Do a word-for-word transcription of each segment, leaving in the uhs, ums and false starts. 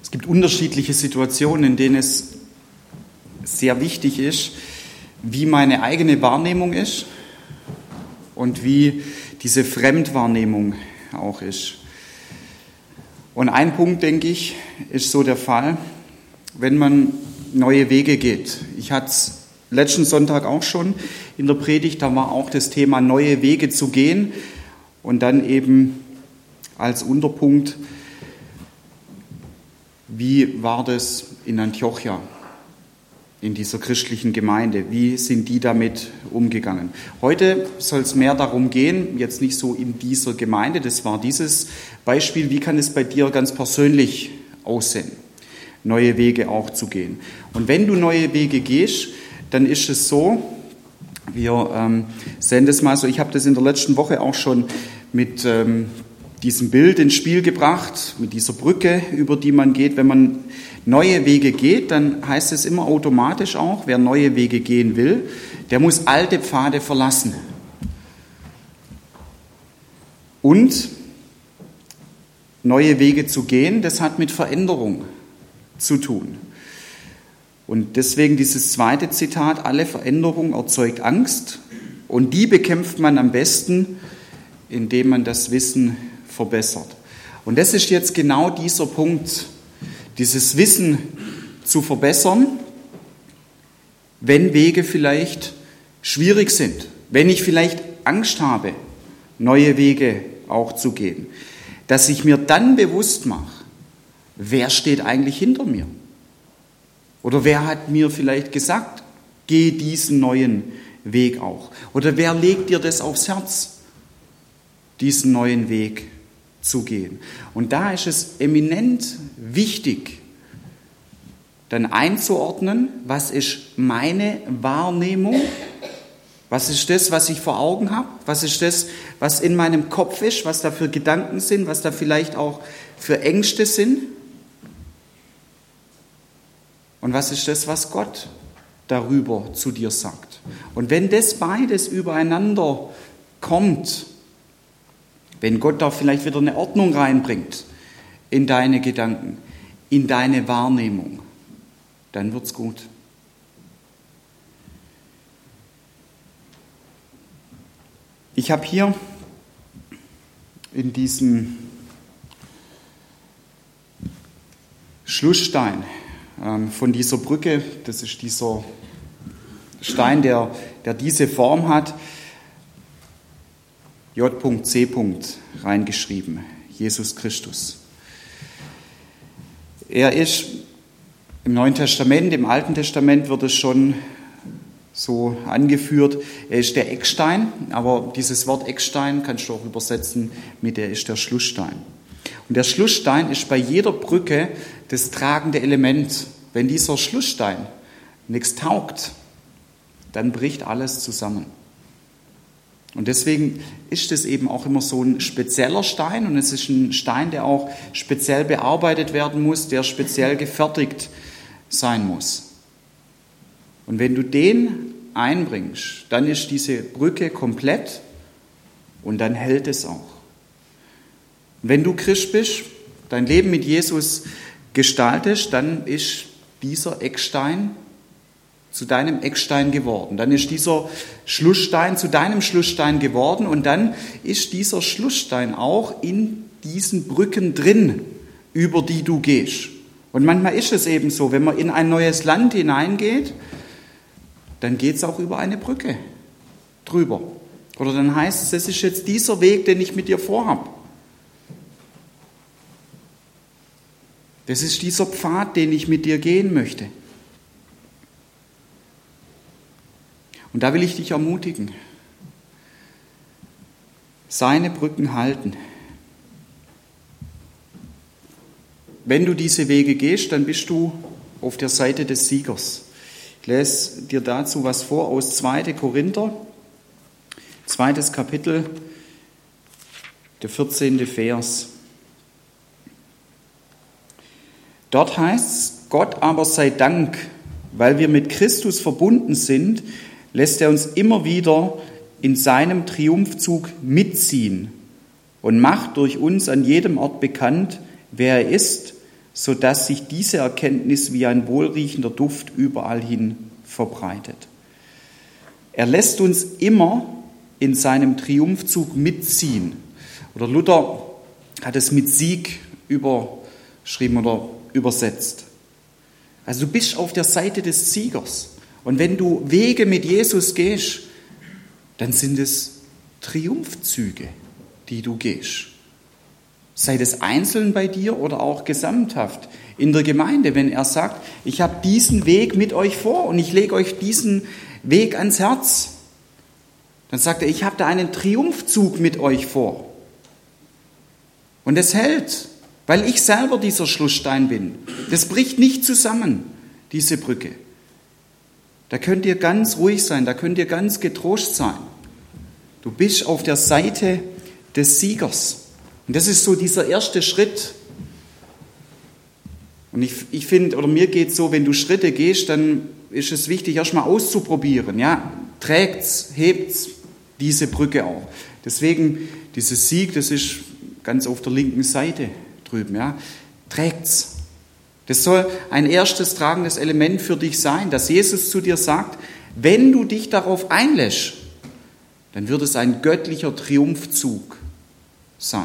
Es gibt unterschiedliche Situationen, in denen es sehr wichtig ist, wie meine eigene Wahrnehmung ist und wie diese Fremdwahrnehmung auch ist. Und ein Punkt, denke ich, ist so der Fall, wenn man neue Wege geht. Ich hatte es letzten Sonntag auch schon in der Predigt, da war auch das Thema neue Wege zu gehen und dann eben als Unterpunkt, wie war das in Antiochia, in dieser christlichen Gemeinde? Wie sind die damit umgegangen? Heute soll es mehr darum gehen, jetzt nicht so in dieser Gemeinde, das war dieses Beispiel, wie kann es bei dir ganz persönlich aussehen, neue Wege auch zu gehen. Und wenn du neue Wege gehst, dann ist es so, wir ähm, sehen das mal so, ich habe das in der letzten Woche auch schon mit ähm, diesem Bild ins Spiel gebracht, mit dieser Brücke, über die man geht. Wenn man neue Wege geht, dann heißt es immer automatisch auch, wer neue Wege gehen will, der muss alte Pfade verlassen. Und neue Wege zu gehen, das hat mit Veränderung zu tun. Und deswegen dieses zweite Zitat, alle Veränderung erzeugt Angst und die bekämpft man am besten, indem man das Wissen verbessert. Und das ist jetzt genau dieser Punkt, dieses Wissen zu verbessern, wenn Wege vielleicht schwierig sind, wenn ich vielleicht Angst habe, neue Wege auch zu gehen, dass ich mir dann bewusst mache, wer steht eigentlich hinter mir? Oder wer hat mir vielleicht gesagt, geh diesen neuen Weg auch? Oder wer legt dir das aufs Herz, diesen neuen Weg zu gehen? Und da ist es eminent wichtig, dann einzuordnen, was ist meine Wahrnehmung, was ist das, was ich vor Augen habe, was ist das, was in meinem Kopf ist, was da für Gedanken sind, was da vielleicht auch für Ängste sind. Und was ist das, was Gott darüber zu dir sagt? Und wenn das beides übereinander kommt, wenn Gott da vielleicht wieder eine Ordnung reinbringt in deine Gedanken, in deine Wahrnehmung, dann wird's gut. Ich habe hier in diesem Schlussstein von dieser Brücke, das ist dieser Stein, der, der diese Form hat, J C reingeschrieben, Jesus Christus. Er ist im Neuen Testament, im Alten Testament wird es schon so angeführt, er ist der Eckstein, aber dieses Wort Eckstein kannst du auch übersetzen mit er ist der Schlussstein. Und der Schlussstein ist bei jeder Brücke das tragende Element. Wenn dieser Schlussstein nichts taugt, dann bricht alles zusammen. Und deswegen ist es eben auch immer so ein spezieller Stein und es ist ein Stein, der auch speziell bearbeitet werden muss, der speziell gefertigt sein muss. Und wenn du den einbringst, dann ist diese Brücke komplett und dann hält es auch. Und wenn du Christ bist, dein Leben mit Jesus gestaltest, dann ist dieser Eckstein zu deinem Eckstein geworden. Dann ist dieser Schlussstein zu deinem Schlussstein geworden und dann ist dieser Schlussstein auch in diesen Brücken drin, über die du gehst. Und manchmal ist es eben so, wenn man in ein neues Land hineingeht, dann geht es auch über eine Brücke drüber. Oder dann heißt es, das ist jetzt dieser Weg, den ich mit dir vorhabe. Das ist dieser Pfad, den ich mit dir gehen möchte. Und da will ich dich ermutigen. Seine Brücken halten. Wenn du diese Wege gehst, dann bist du auf der Seite des Siegers. Ich lese dir dazu was vor aus zweiter Korinther, zweites Kapitel, der vierzehnte Vers. Dort heißt es, Gott aber sei Dank, weil wir mit Christus verbunden sind, lässt er uns immer wieder in seinem Triumphzug mitziehen und macht durch uns an jedem Ort bekannt, wer er ist, sodass sich diese Erkenntnis wie ein wohlriechender Duft überall hin verbreitet. Er lässt uns immer in seinem Triumphzug mitziehen. Oder Luther hat es mit Sieg überschrieben oder übersetzt. Also du bist auf der Seite des Siegers. Und wenn du Wege mit Jesus gehst, dann sind es Triumphzüge, die du gehst. Sei das einzeln bei dir oder auch gesamthaft in der Gemeinde, wenn er sagt, ich habe diesen Weg mit euch vor und ich lege euch diesen Weg ans Herz. Dann sagt er, ich habe da einen Triumphzug mit euch vor. Und es hält, weil ich selber dieser Schlussstein bin. Das bricht nicht zusammen, diese Brücke. Da könnt ihr ganz ruhig sein, da könnt ihr ganz getrost sein. Du bist auf der Seite des Siegers. Und das ist so dieser erste Schritt. Und ich, ich finde, oder mir geht es so, wenn du Schritte gehst, dann ist es wichtig, erstmal auszuprobieren. Ja? Trägt's, hebt's diese Brücke auch. Deswegen, dieses Sieg, das ist ganz auf der linken Seite drüben. Ja? Trägt's. Das soll ein erstes tragendes Element für dich sein, dass Jesus zu dir sagt, wenn du dich darauf einlässt, dann wird es ein göttlicher Triumphzug sein.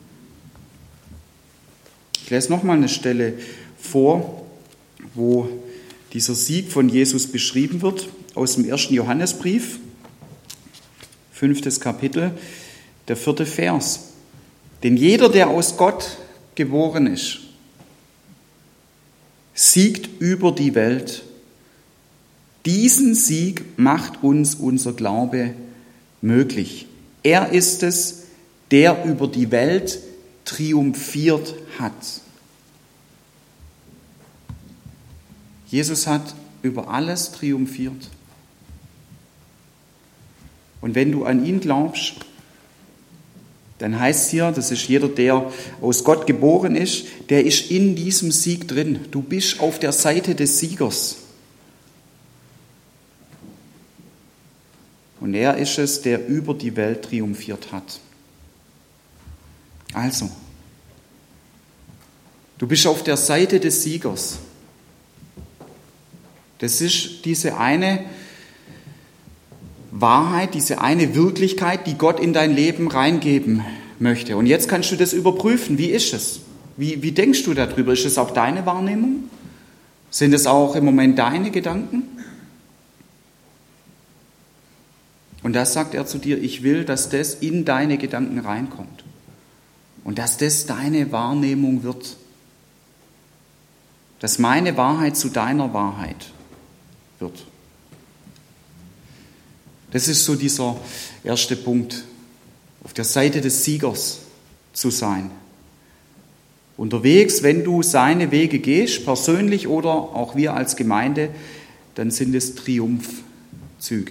Ich lese nochmal eine Stelle vor, wo dieser Sieg von Jesus beschrieben wird, aus dem ersten Johannesbrief, fünftes Kapitel, der vierte Vers. Denn jeder, der aus Gott geboren ist, siegt über die Welt. Diesen Sieg macht uns unser Glaube möglich. Er ist es, der über die Welt triumphiert hat. Jesus hat über alles triumphiert. Und wenn du an ihn glaubst, dann heißt es hier, das ist jeder, der aus Gott geboren ist, der ist in diesem Sieg drin. Du bist auf der Seite des Siegers. Und er ist es, der über die Welt triumphiert hat. Also, du bist auf der Seite des Siegers. Das ist diese eine Wahrheit, diese eine Wirklichkeit, die Gott in dein Leben reingeben möchte. Und jetzt kannst du das überprüfen. Wie ist es? Wie, wie denkst du darüber? Ist es auch deine Wahrnehmung? Sind es auch im Moment deine Gedanken? Und da sagt er zu dir, ich will, dass das in deine Gedanken reinkommt. Und dass das deine Wahrnehmung wird. Dass meine Wahrheit zu deiner Wahrheit wird. Das ist so dieser erste Punkt, auf der Seite des Siegers zu sein. Unterwegs, wenn du seine Wege gehst, persönlich oder auch wir als Gemeinde, dann sind es Triumphzüge.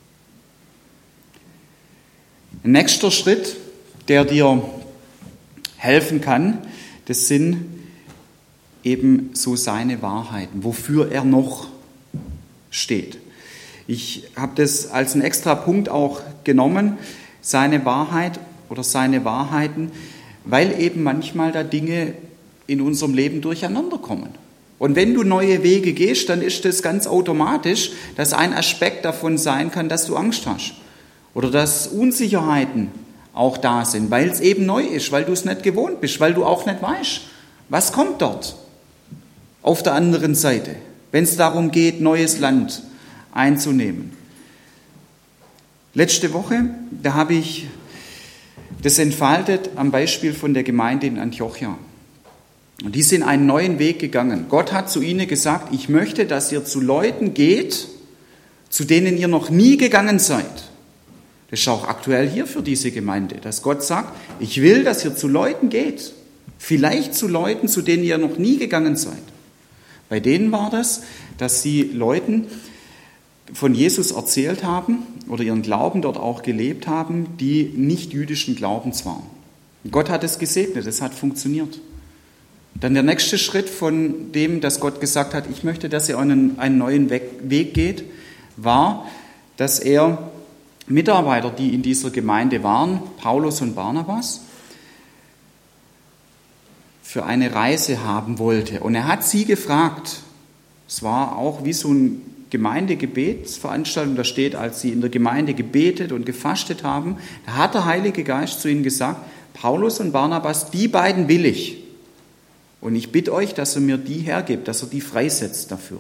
Ein nächster Schritt, der dir helfen kann, das sind eben so seine Wahrheiten, wofür er noch steht. Ich habe das als einen extra Punkt auch genommen, seine Wahrheit oder seine Wahrheiten, weil eben manchmal da Dinge in unserem Leben durcheinander kommen. Und wenn du neue Wege gehst, dann ist das ganz automatisch, dass ein Aspekt davon sein kann, dass du Angst hast oder dass Unsicherheiten auch da sind, weil es eben neu ist, weil du es nicht gewohnt bist, weil du auch nicht weißt, was kommt dort auf der anderen Seite, wenn es darum geht, neues Land einzunehmen. Letzte Woche, da habe ich das entfaltet am Beispiel von der Gemeinde in Antiochia. Und die sind einen neuen Weg gegangen. Gott hat zu ihnen gesagt, ich möchte, dass ihr zu Leuten geht, zu denen ihr noch nie gegangen seid. Das ist auch aktuell hier für diese Gemeinde, dass Gott sagt, ich will, dass ihr zu Leuten geht. Vielleicht zu Leuten, zu denen ihr noch nie gegangen seid. Bei denen war das, dass sie Leuten von Jesus erzählt haben oder ihren Glauben dort auch gelebt haben, die nicht jüdischen Glaubens waren. Und Gott hat es gesegnet, es hat funktioniert. Dann der nächste Schritt von dem, dass Gott gesagt hat, ich möchte, dass ihr einen, einen neuen Weg geht, war, dass er Mitarbeiter, die in dieser Gemeinde waren, Paulus und Barnabas, für eine Reise haben wollte. Und er hat sie gefragt, es war auch wie so eine Gemeindegebetsveranstaltung, da steht, als sie in der Gemeinde gebetet und gefastet haben, da hat der Heilige Geist zu ihnen gesagt, Paulus und Barnabas, die beiden will ich. Und ich bitte euch, dass ihr mir die hergebt, dass ihr die freisetzt dafür.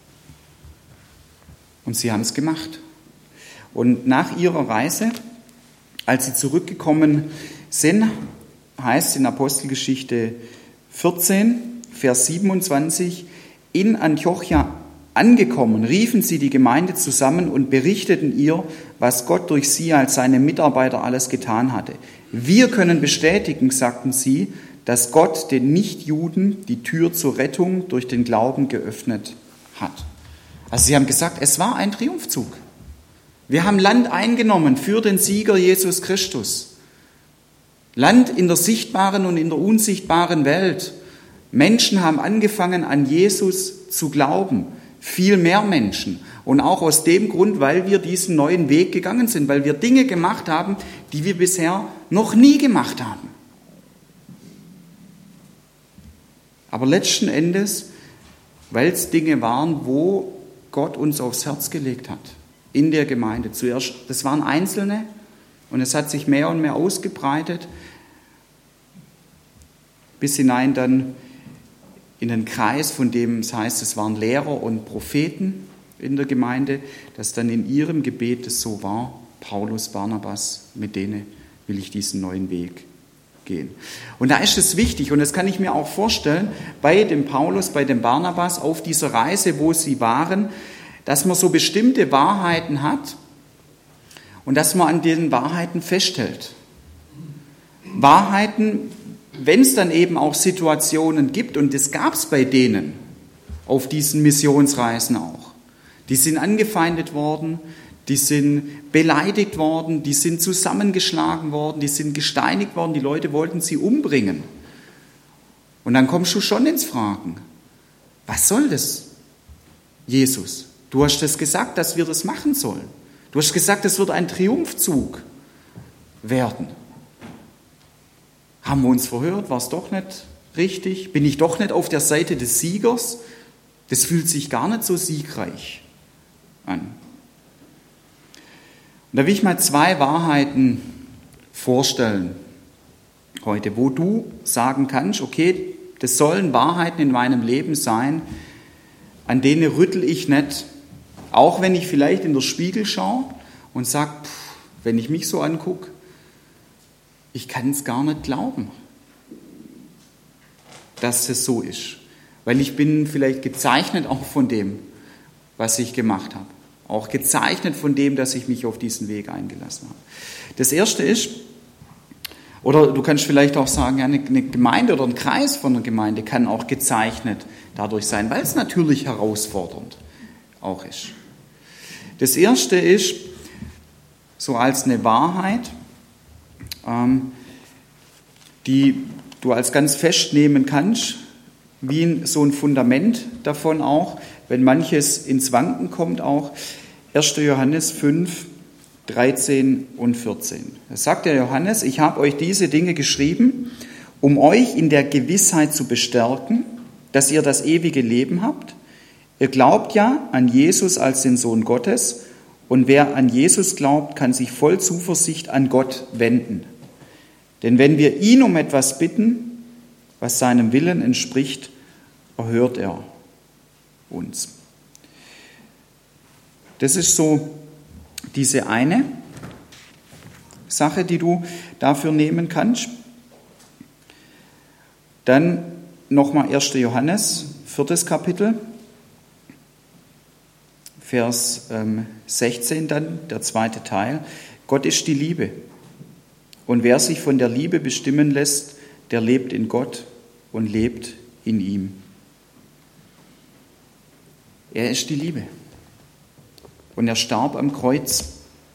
Und sie haben es gemacht. Und nach ihrer Reise, als sie zurückgekommen sind, heißt in Apostelgeschichte vierzehn, Vers siebenundzwanzig, in Antiochia angekommen, riefen sie die Gemeinde zusammen und berichteten ihr, was Gott durch sie als seine Mitarbeiter alles getan hatte. Wir können bestätigen, sagten sie, dass Gott den Nichtjuden die Tür zur Rettung durch den Glauben geöffnet hat. Also sie haben gesagt, es war ein Triumphzug. Wir haben Land eingenommen für den Sieger Jesus Christus. Land in der sichtbaren und in der unsichtbaren Welt. Menschen haben angefangen, an Jesus zu glauben. Viel mehr Menschen. Und auch aus dem Grund, weil wir diesen neuen Weg gegangen sind, weil wir Dinge gemacht haben, die wir bisher noch nie gemacht haben. Aber letzten Endes, weil es Dinge waren, wo Gott uns aufs Herz gelegt hat, in der Gemeinde. Zuerst, das waren Einzelne und es hat sich mehr und mehr ausgebreitet, bis hinein dann in den Kreis, von dem es heißt, es waren Lehrer und Propheten in der Gemeinde, dass dann in ihrem Gebet es so war, Paulus, Barnabas, mit denen will ich diesen neuen Weg gehen. Und da ist es wichtig, und das kann ich mir auch vorstellen, bei dem Paulus, bei dem Barnabas, auf dieser Reise, wo sie waren, dass man so bestimmte Wahrheiten hat und dass man an diesen Wahrheiten festhält. Wahrheiten, wenn es dann eben auch Situationen gibt, und das gab es bei denen auf diesen Missionsreisen auch. Die sind angefeindet worden, die sind beleidigt worden, die sind zusammengeschlagen worden, die sind gesteinigt worden, die Leute wollten sie umbringen. Und dann kommst du schon ins Fragen, was soll das, Jesus? Du hast das gesagt, dass wir das machen sollen. Du hast gesagt, es wird ein Triumphzug werden. Haben wir uns verhört? War es doch nicht richtig? Bin ich doch nicht auf der Seite des Siegers? Das fühlt sich gar nicht so siegreich an. Und da will ich mal zwei Wahrheiten vorstellen heute, wo du sagen kannst, okay, das sollen Wahrheiten in meinem Leben sein, an denen rüttel ich nicht, auch wenn ich vielleicht in den Spiegel schaue und sage, wenn ich mich so angucke, ich kann es gar nicht glauben, dass es so ist. Weil ich bin vielleicht gezeichnet auch von dem, was ich gemacht habe. Auch gezeichnet von dem, dass ich mich auf diesen Weg eingelassen habe. Das Erste ist, oder du kannst vielleicht auch sagen, ja, eine Gemeinde oder ein Kreis von einer Gemeinde kann auch gezeichnet dadurch sein, weil es natürlich herausfordernd auch ist. Das Erste ist, so als eine Wahrheit, die du als ganz fest nehmen kannst, wie so ein Fundament davon auch, wenn manches ins Wanken kommt auch. erster Johannes fünf, dreizehn und vierzehn. Da sagt der Johannes, ich habe euch diese Dinge geschrieben, um euch in der Gewissheit zu bestärken, dass ihr das ewige Leben habt. Ihr glaubt ja an Jesus als den Sohn Gottes, und wer an Jesus glaubt, kann sich voll Zuversicht an Gott wenden. Denn wenn wir ihn um etwas bitten, was seinem Willen entspricht, erhört er uns. Das ist so diese eine Sache, die du dafür nehmen kannst. Dann nochmal erster Johannes, viertes Kapitel, Vers sechzehn dann, der zweite Teil. Gott ist die Liebe. Und wer sich von der Liebe bestimmen lässt, der lebt in Gott und lebt in ihm. Er ist die Liebe. Und er starb am Kreuz.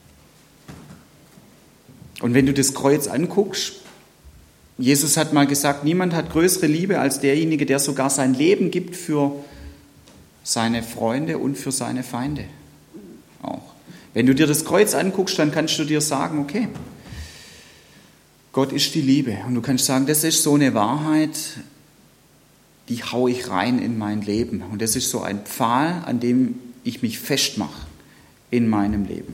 Und wenn du das Kreuz anguckst, Jesus hat mal gesagt, niemand hat größere Liebe als derjenige, der sogar sein Leben gibt für seine Freunde und für seine Feinde auch. Wenn du dir das Kreuz anguckst, dann kannst du dir sagen, okay, Gott ist die Liebe. Und du kannst sagen, das ist so eine Wahrheit, die haue ich rein in mein Leben. Und das ist so ein Pfahl, an dem ich mich festmache in meinem Leben.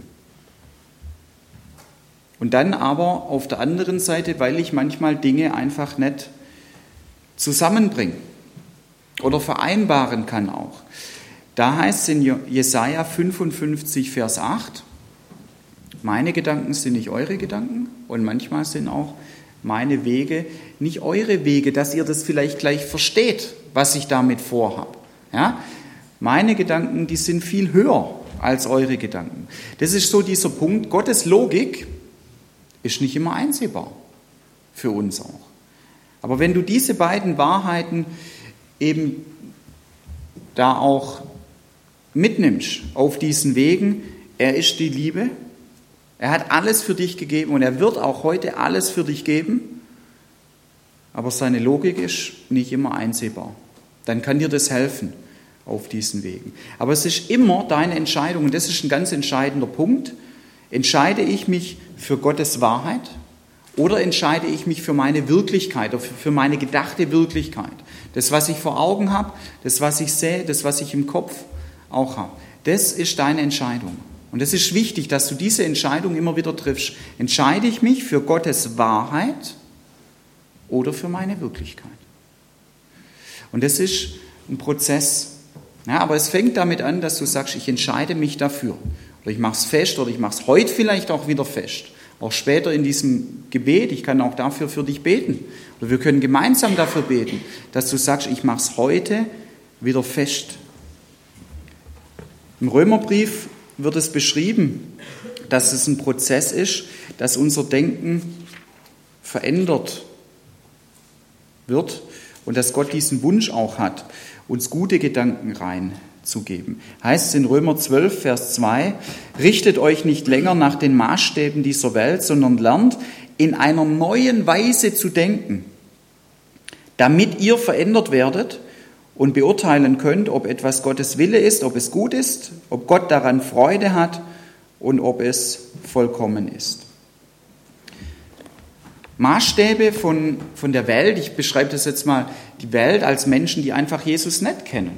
Und dann aber auf der anderen Seite, weil ich manchmal Dinge einfach nicht zusammenbringe oder vereinbaren kann auch. Da heißt es in Jesaja fünfundfünfzig, Vers acht, meine Gedanken sind nicht eure Gedanken und manchmal sind auch meine Wege nicht eure Wege, dass ihr das vielleicht gleich versteht, was ich damit vorhabe. Ja? Meine Gedanken, die sind viel höher als eure Gedanken. Das ist so dieser Punkt, Gottes Logik ist nicht immer einsehbar, für uns auch. Aber wenn du diese beiden Wahrheiten eben da auch mitnimmst auf diesen Wegen, er ist die Liebe, er hat alles für dich gegeben und er wird auch heute alles für dich geben, aber seine Logik ist nicht immer einsehbar. Dann kann dir das helfen auf diesen Wegen. Aber es ist immer deine Entscheidung und das ist ein ganz entscheidender Punkt. Entscheide ich mich für Gottes Wahrheit oder entscheide ich mich für meine Wirklichkeit oder für meine gedachte Wirklichkeit? Das, was ich vor Augen habe, das, was ich sehe, das, was ich im Kopf auch habe. Das ist deine Entscheidung. Und es ist wichtig, dass du diese Entscheidung immer wieder triffst. Entscheide ich mich für Gottes Wahrheit oder für meine Wirklichkeit? Und das ist ein Prozess. Ja, aber es fängt damit an, dass du sagst, ich entscheide mich dafür. Oder ich mache es fest oder ich mache es heute vielleicht auch wieder fest. Auch später in diesem Gebet, ich kann auch dafür für dich beten. Oder wir können gemeinsam dafür beten, dass du sagst, ich mache es heute wieder fest. Im Römerbrief wird es beschrieben, dass es ein Prozess ist, dass unser Denken verändert wird und dass Gott diesen Wunsch auch hat, uns gute Gedanken reinzugeben. Heißt es in Römer zwölf, Vers zwei, richtet euch nicht länger nach den Maßstäben dieser Welt, sondern lernt in einer neuen Weise zu denken, damit ihr verändert werdet und beurteilen könnt, ob etwas Gottes Wille ist, ob es gut ist, ob Gott daran Freude hat und ob es vollkommen ist. Maßstäbe von, von der Welt, ich beschreibe das jetzt mal, die Welt als Menschen, die einfach Jesus nicht kennen,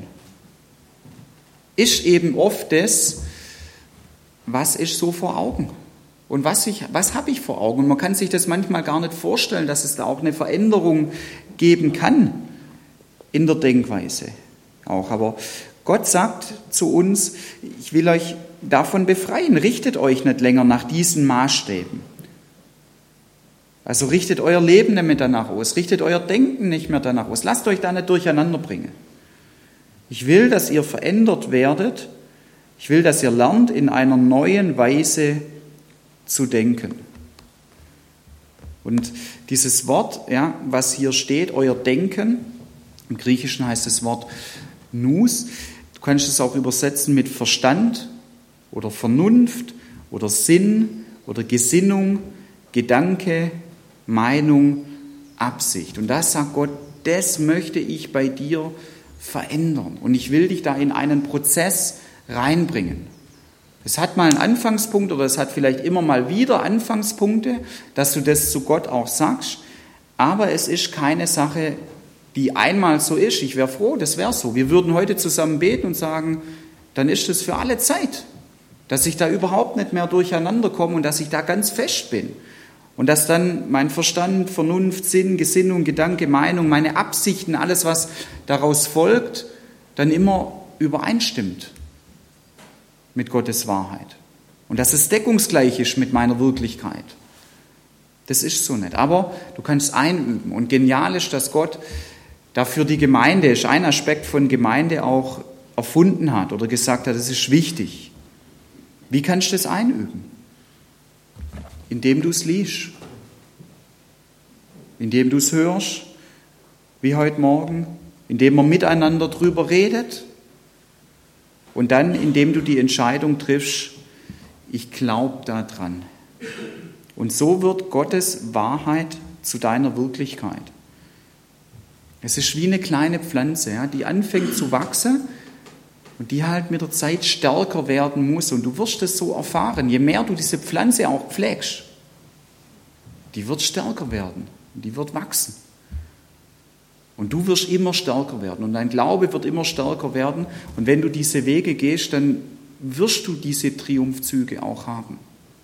ist eben oft das, was ist so vor Augen und was, ich, was habe ich vor Augen. Und man kann sich das manchmal gar nicht vorstellen, dass es da auch eine Veränderung geben kann in der Denkweise auch. Aber Gott sagt zu uns, ich will euch davon befreien, richtet euch nicht länger nach diesen Maßstäben. Also richtet euer Leben nicht mehr danach aus, richtet euer Denken nicht mehr danach aus, lasst euch da nicht durcheinander bringen. Ich will, dass ihr verändert werdet, ich will, dass ihr lernt, in einer neuen Weise zu denken. Und dieses Wort, ja, was hier steht, euer Denken, im Griechischen heißt das Wort nous, du kannst es auch übersetzen mit Verstand oder Vernunft oder Sinn oder Gesinnung, Gedanke, Meinung, Absicht. Und das sagt Gott, das möchte ich bei dir verändern. Und ich will dich da in einen Prozess reinbringen. Es hat mal einen Anfangspunkt oder es hat vielleicht immer mal wieder Anfangspunkte, dass du das zu Gott auch sagst. Aber es ist keine Sache, die einmal so ist. Ich wäre froh, das wäre so. Wir würden heute zusammen beten und sagen, dann ist es für alle Zeit, dass ich da überhaupt nicht mehr durcheinander komme und dass ich da ganz fest bin. Und dass dann mein Verstand, Vernunft, Sinn, Gesinnung, Gedanke, Meinung, meine Absichten, alles, was daraus folgt, dann immer übereinstimmt mit Gottes Wahrheit. Und dass es deckungsgleich ist mit meiner Wirklichkeit. Das ist so nicht. Aber du kannst einüben. Und genial ist, dass Gott dafür die Gemeinde, ist ein Aspekt von Gemeinde auch erfunden hat oder gesagt hat, das ist wichtig. Wie kannst du das einüben? Indem du es liest, indem du es hörst, wie heute Morgen, indem man miteinander drüber redet und dann, indem du die Entscheidung triffst, ich glaube daran. Und so wird Gottes Wahrheit zu deiner Wirklichkeit. Es ist wie eine kleine Pflanze, ja, die anfängt zu wachsen und die halt mit der Zeit stärker werden muss. Und du wirst es so erfahren, je mehr du diese Pflanze auch pflegst, die wird stärker werden und die wird wachsen. Und du wirst immer stärker werden und dein Glaube wird immer stärker werden. Und wenn du diese Wege gehst, dann wirst du diese Triumphzüge auch haben.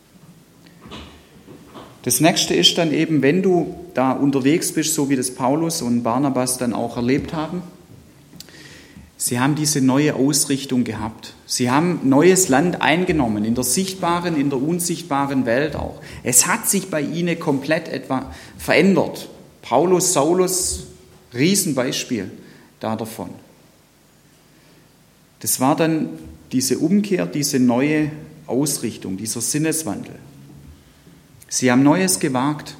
Das nächste ist dann eben, wenn du da unterwegs bist, so wie das Paulus und Barnabas dann auch erlebt haben, sie haben diese neue Ausrichtung gehabt. Sie haben neues Land eingenommen, in der sichtbaren, in der unsichtbaren Welt auch. Es hat sich bei ihnen komplett etwa verändert. Paulus, Saulus, Riesenbeispiel da davon. Das war dann diese Umkehr, diese neue Ausrichtung, dieser Sinneswandel. Sie haben Neues gewagt.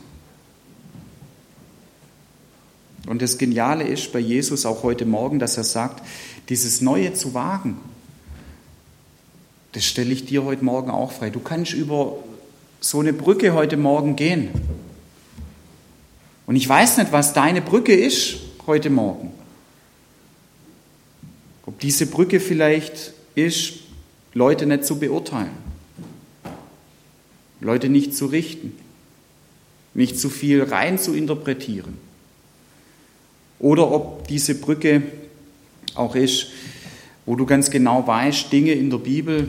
Und das Geniale ist bei Jesus auch heute Morgen, dass er sagt, dieses Neue zu wagen, das stelle ich dir heute Morgen auch frei. Du kannst über so eine Brücke heute Morgen gehen. Und ich weiß nicht, was deine Brücke ist heute Morgen. Ob diese Brücke vielleicht ist, Leute nicht zu beurteilen, Leute nicht zu richten, nicht zu viel rein zu interpretieren. Oder ob diese Brücke auch ist, wo du ganz genau weißt, Dinge in der Bibel,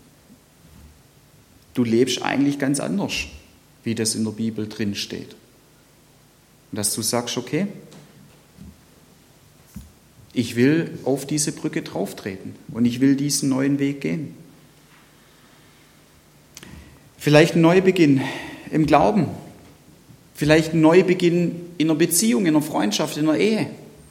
du lebst eigentlich ganz anders, wie das in der Bibel drin steht. Und dass du sagst, okay, ich will auf diese Brücke drauftreten und ich will diesen neuen Weg gehen. Vielleicht ein Neubeginn im Glauben, vielleicht ein Neubeginn in einer Beziehung, in einer Freundschaft, in einer Ehe.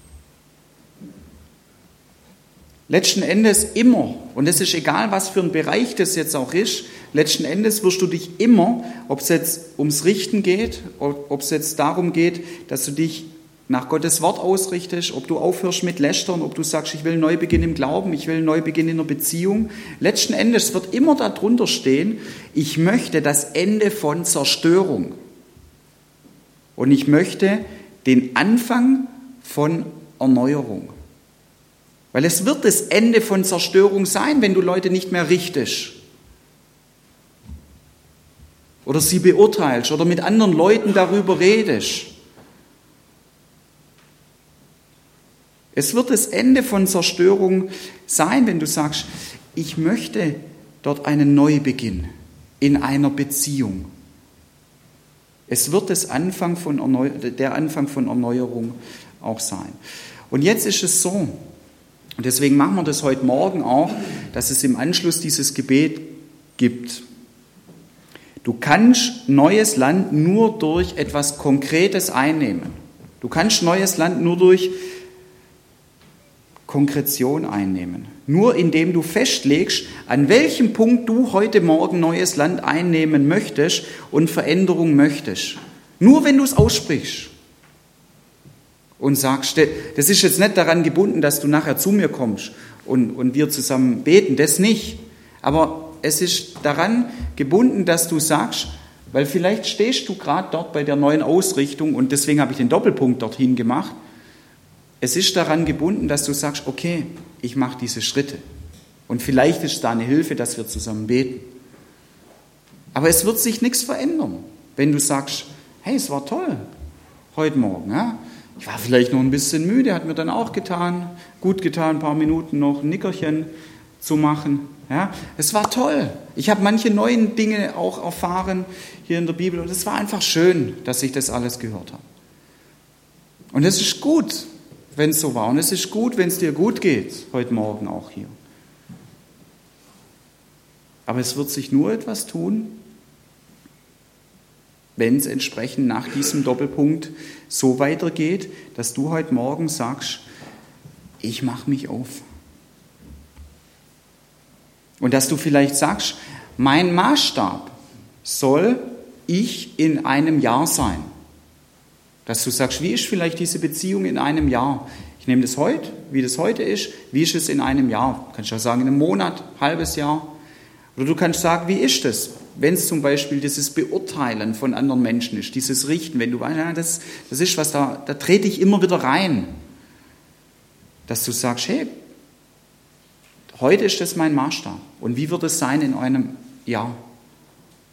Letzten Endes immer, und es ist egal, was für ein Bereich das jetzt auch ist, letzten Endes wirst du dich immer, ob es jetzt ums Richten geht, ob es jetzt darum geht, dass du dich nach Gottes Wort ausrichtest, ob du aufhörst mit Lästern, ob du sagst, ich will einen Neubeginn im Glauben, ich will einen Neubeginn in einer Beziehung. Letzten Endes wird immer darunter stehen, ich möchte das Ende von Zerstörung. Und ich möchte den Anfang von Erneuerung. Weil es wird das Ende von Zerstörung sein, wenn du Leute nicht mehr richtest. Oder sie beurteilst oder mit anderen Leuten darüber redest. Es wird das Ende von Zerstörung sein, wenn du sagst, ich möchte dort einen Neubeginn in einer Beziehung. Es wird das Anfang von Erneu- der Anfang von Erneuerung auch sein. Und jetzt ist es so, und deswegen machen wir das heute Morgen auch, dass es im Anschluss dieses Gebet gibt. Du kannst neues Land nur durch etwas Konkretes einnehmen. Du kannst neues Land nur durch Konkretion einnehmen. Nur indem du festlegst, an welchem Punkt du heute Morgen neues Land einnehmen möchtest und Veränderung möchtest. Nur wenn du es aussprichst und sagst, das ist jetzt nicht daran gebunden, dass du nachher zu mir kommst und, und wir zusammen beten, das nicht. Aber es ist daran gebunden, dass du sagst, weil vielleicht stehst du gerade dort bei der neuen Ausrichtung und deswegen habe ich den Doppelpunkt dorthin gemacht. Es ist daran gebunden, dass du sagst, okay, ich mache diese Schritte. Und vielleicht ist da eine Hilfe, dass wir zusammen beten. Aber es wird sich nichts verändern, wenn du sagst, hey, es war toll heute Morgen. Ja? Ich war vielleicht noch ein bisschen müde, hat mir dann auch getan, gut getan, ein paar Minuten noch ein Nickerchen zu machen. Ja? Es war toll. Ich habe manche neuen Dinge auch erfahren hier in der Bibel und es war einfach schön, dass ich das alles gehört habe. Und es ist gut, wenn es so war. Und es ist gut, wenn es dir gut geht, heute Morgen auch hier. Aber es wird sich nur etwas tun, wenn es entsprechend nach diesem Doppelpunkt so weitergeht, dass du heute Morgen sagst, ich mache mich auf. Und dass du vielleicht sagst, mein Maßstab soll ich in einem Jahr sein. Dass du sagst, wie ist vielleicht diese Beziehung in einem Jahr? Ich nehme das heute, wie das heute ist, wie ist es in einem Jahr? Du kannst ja sagen, in einem Monat, halbes Jahr. Oder du kannst sagen, wie ist es, wenn es zum Beispiel dieses Beurteilen von anderen Menschen ist, dieses Richten, wenn du weißt, ja, das, das ist was, da, da trete ich immer wieder rein. Dass du sagst, hey, heute ist das mein Maßstab. Und wie wird es sein in einem Jahr?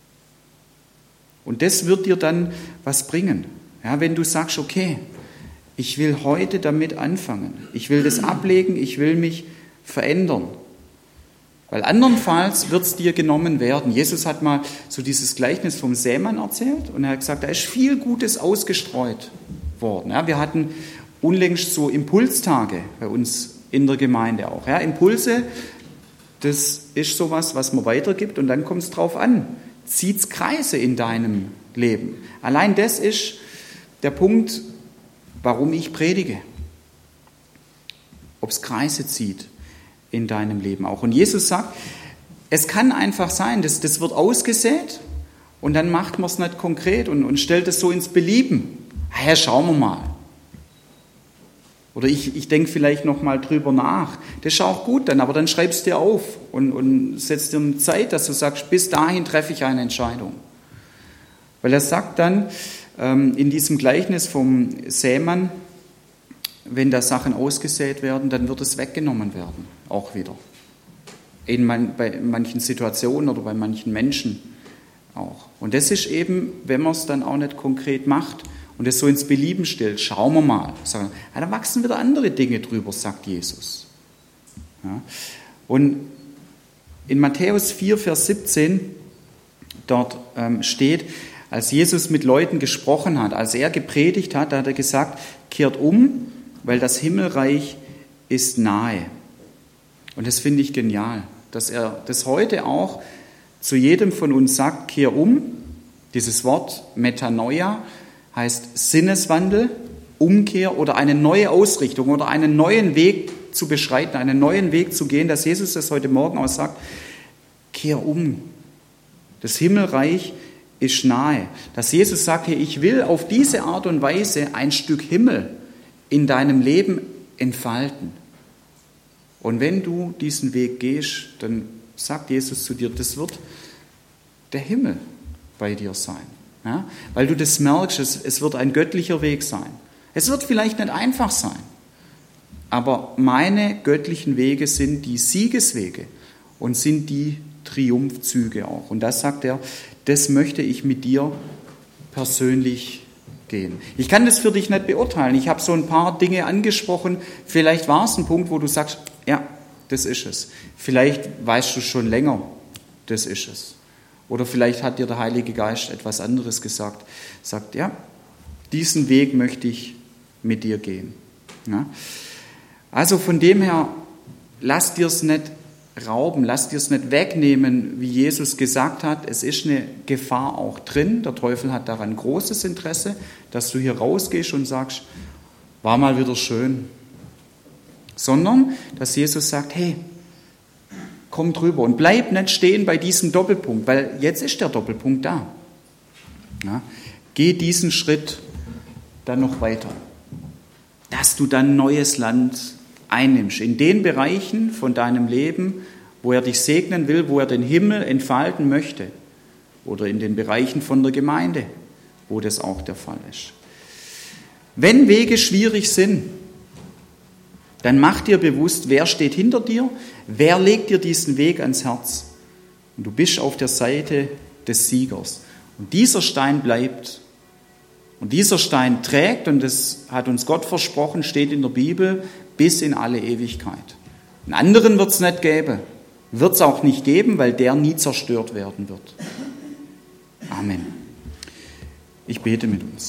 Und das wird dir dann was bringen. Ja, wenn du sagst, okay, Ich will heute damit anfangen. Ich will das ablegen, ich will mich verändern. Weil andernfalls wird es dir genommen werden. Jesus hat mal so dieses Gleichnis vom Sämann erzählt und er hat gesagt, da ist viel Gutes ausgestreut worden. Ja, wir hatten unlängst so Impulstage bei uns in der Gemeinde auch. Ja, Impulse, das ist sowas, was man weitergibt und dann kommt es drauf an. Zieht's Kreise in deinem Leben. Allein das ist der Punkt, warum ich predige. Ob es Kreise zieht in deinem Leben auch. Und Jesus sagt, es kann einfach sein, das, das wird ausgesät und dann macht man es nicht konkret und, und stellt es so ins Belieben. Ja, schauen wir mal. Oder ich, ich denke vielleicht noch mal drüber nach. Das ist auch gut dann, aber dann schreibst du dir auf und, und setzt dir eine Zeit, dass du sagst, bis dahin treffe ich eine Entscheidung. Weil er sagt dann ähm, in diesem Gleichnis vom Sämann, wenn da Sachen ausgesät werden, dann wird es weggenommen werden, auch wieder. In man, bei manchen Situationen oder bei manchen Menschen auch. Und das ist eben, wenn man es dann auch nicht konkret macht und es so ins Belieben stellt, schauen wir mal. Sagen, ja, da wachsen wieder andere Dinge drüber, sagt Jesus. Ja. Und in Matthäus vier, Vers siebzehn, dort ähm, steht, als Jesus mit Leuten gesprochen hat, als er gepredigt hat, da hat er gesagt, kehrt um, weil das Himmelreich ist nahe. Und das finde ich genial, dass er das heute auch zu jedem von uns sagt, kehr um. Dieses Wort Metanoia heißt Sinneswandel, Umkehr oder eine neue Ausrichtung oder einen neuen Weg zu beschreiten, einen neuen Weg zu gehen, dass Jesus das heute Morgen auch sagt, kehr um. Das Himmelreich ist nahe. Dass Jesus sagt, hey, ich will auf diese Art und Weise ein Stück Himmel in deinem Leben entfalten. Und wenn du diesen Weg gehst, dann sagt Jesus zu dir, das wird der Himmel bei dir sein. Ja? Weil du das merkst, es, es wird ein göttlicher Weg sein. Es wird vielleicht nicht einfach sein, aber meine göttlichen Wege sind die Siegeswege und sind die Triumphzüge auch. Und das sagt er, das möchte ich mit dir persönlich gehen. Ich kann das für dich nicht beurteilen. Ich habe so ein paar Dinge angesprochen. Vielleicht war es ein Punkt, wo du sagst, ja, das ist es. Vielleicht weißt du schon länger, das ist es. Oder vielleicht hat dir der Heilige Geist etwas anderes gesagt. Sagt, ja, diesen Weg möchte ich mit dir gehen. Ja? Also von dem her, lass dir es nicht rauben, lass dir es nicht wegnehmen, wie Jesus gesagt hat. Es ist eine Gefahr auch drin. Der Teufel hat daran großes Interesse, dass du hier rausgehst und sagst, war mal wieder schön. Sondern, dass Jesus sagt, hey, komm drüber und bleib nicht stehen bei diesem Doppelpunkt, weil jetzt ist der Doppelpunkt da. Ja, geh diesen Schritt dann noch weiter, dass du dann neues Land einnimmst, in den Bereichen von deinem Leben, wo er dich segnen will, wo er den Himmel entfalten möchte, oder in den Bereichen von der Gemeinde, wo das auch der Fall ist. Wenn Wege schwierig sind, dann mach dir bewusst, wer steht hinter dir, wer legt dir diesen Weg ans Herz. Und du bist auf der Seite des Siegers. Und dieser Stein bleibt. Und dieser Stein trägt, und das hat uns Gott versprochen, steht in der Bibel, bis in alle Ewigkeit. Einen anderen wird es nicht geben. Wird es auch nicht geben, weil der nie zerstört werden wird. Amen. Ich bete mit uns.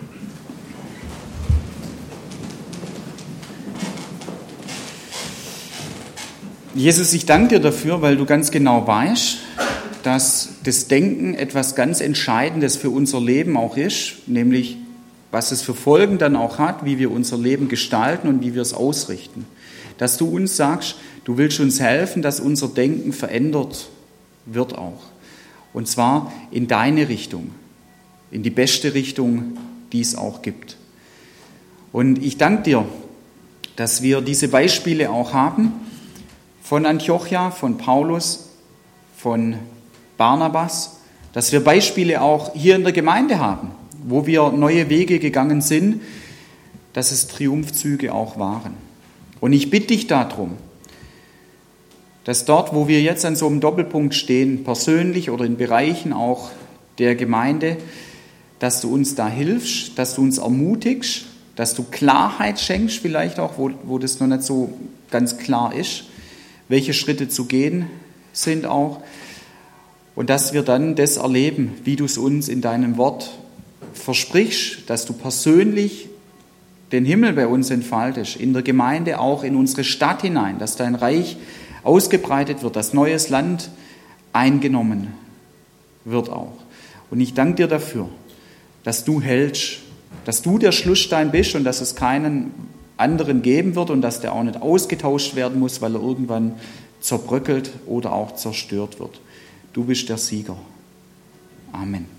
Jesus, ich danke dir dafür, weil du ganz genau weißt, dass das Denken etwas ganz Entscheidendes für unser Leben auch ist, nämlich was es für Folgen dann auch hat, wie wir unser Leben gestalten und wie wir es ausrichten. Dass du uns sagst, du willst uns helfen, dass unser Denken verändert wird auch. Und zwar in deine Richtung, in die beste Richtung, die es auch gibt. Und ich danke dir, dass wir diese Beispiele auch haben, von Antiochia, von Paulus, von Barnabas, dass wir Beispiele auch hier in der Gemeinde haben, wo wir neue Wege gegangen sind, dass es Triumphzüge auch waren. Und ich bitte dich darum, dass dort, wo wir jetzt an so einem Doppelpunkt stehen, persönlich oder in Bereichen auch der Gemeinde, dass du uns da hilfst, dass du uns ermutigst, dass du Klarheit schenkst, vielleicht auch, wo, wo das noch nicht so ganz klar ist, welche Schritte zu gehen sind auch. Und dass wir dann das erleben, wie du es uns in deinem Wort versprichst, dass du persönlich den Himmel bei uns entfaltest, in der Gemeinde auch in unsere Stadt hinein, dass dein Reich ausgebreitet wird, dass neues Land eingenommen wird auch. Und ich danke dir dafür, dass du hältst, dass du der Schlussstein bist und dass es keinen anderen geben wird und dass der auch nicht ausgetauscht werden muss, weil er irgendwann zerbröckelt oder auch zerstört wird. Du bist der Sieger. Amen.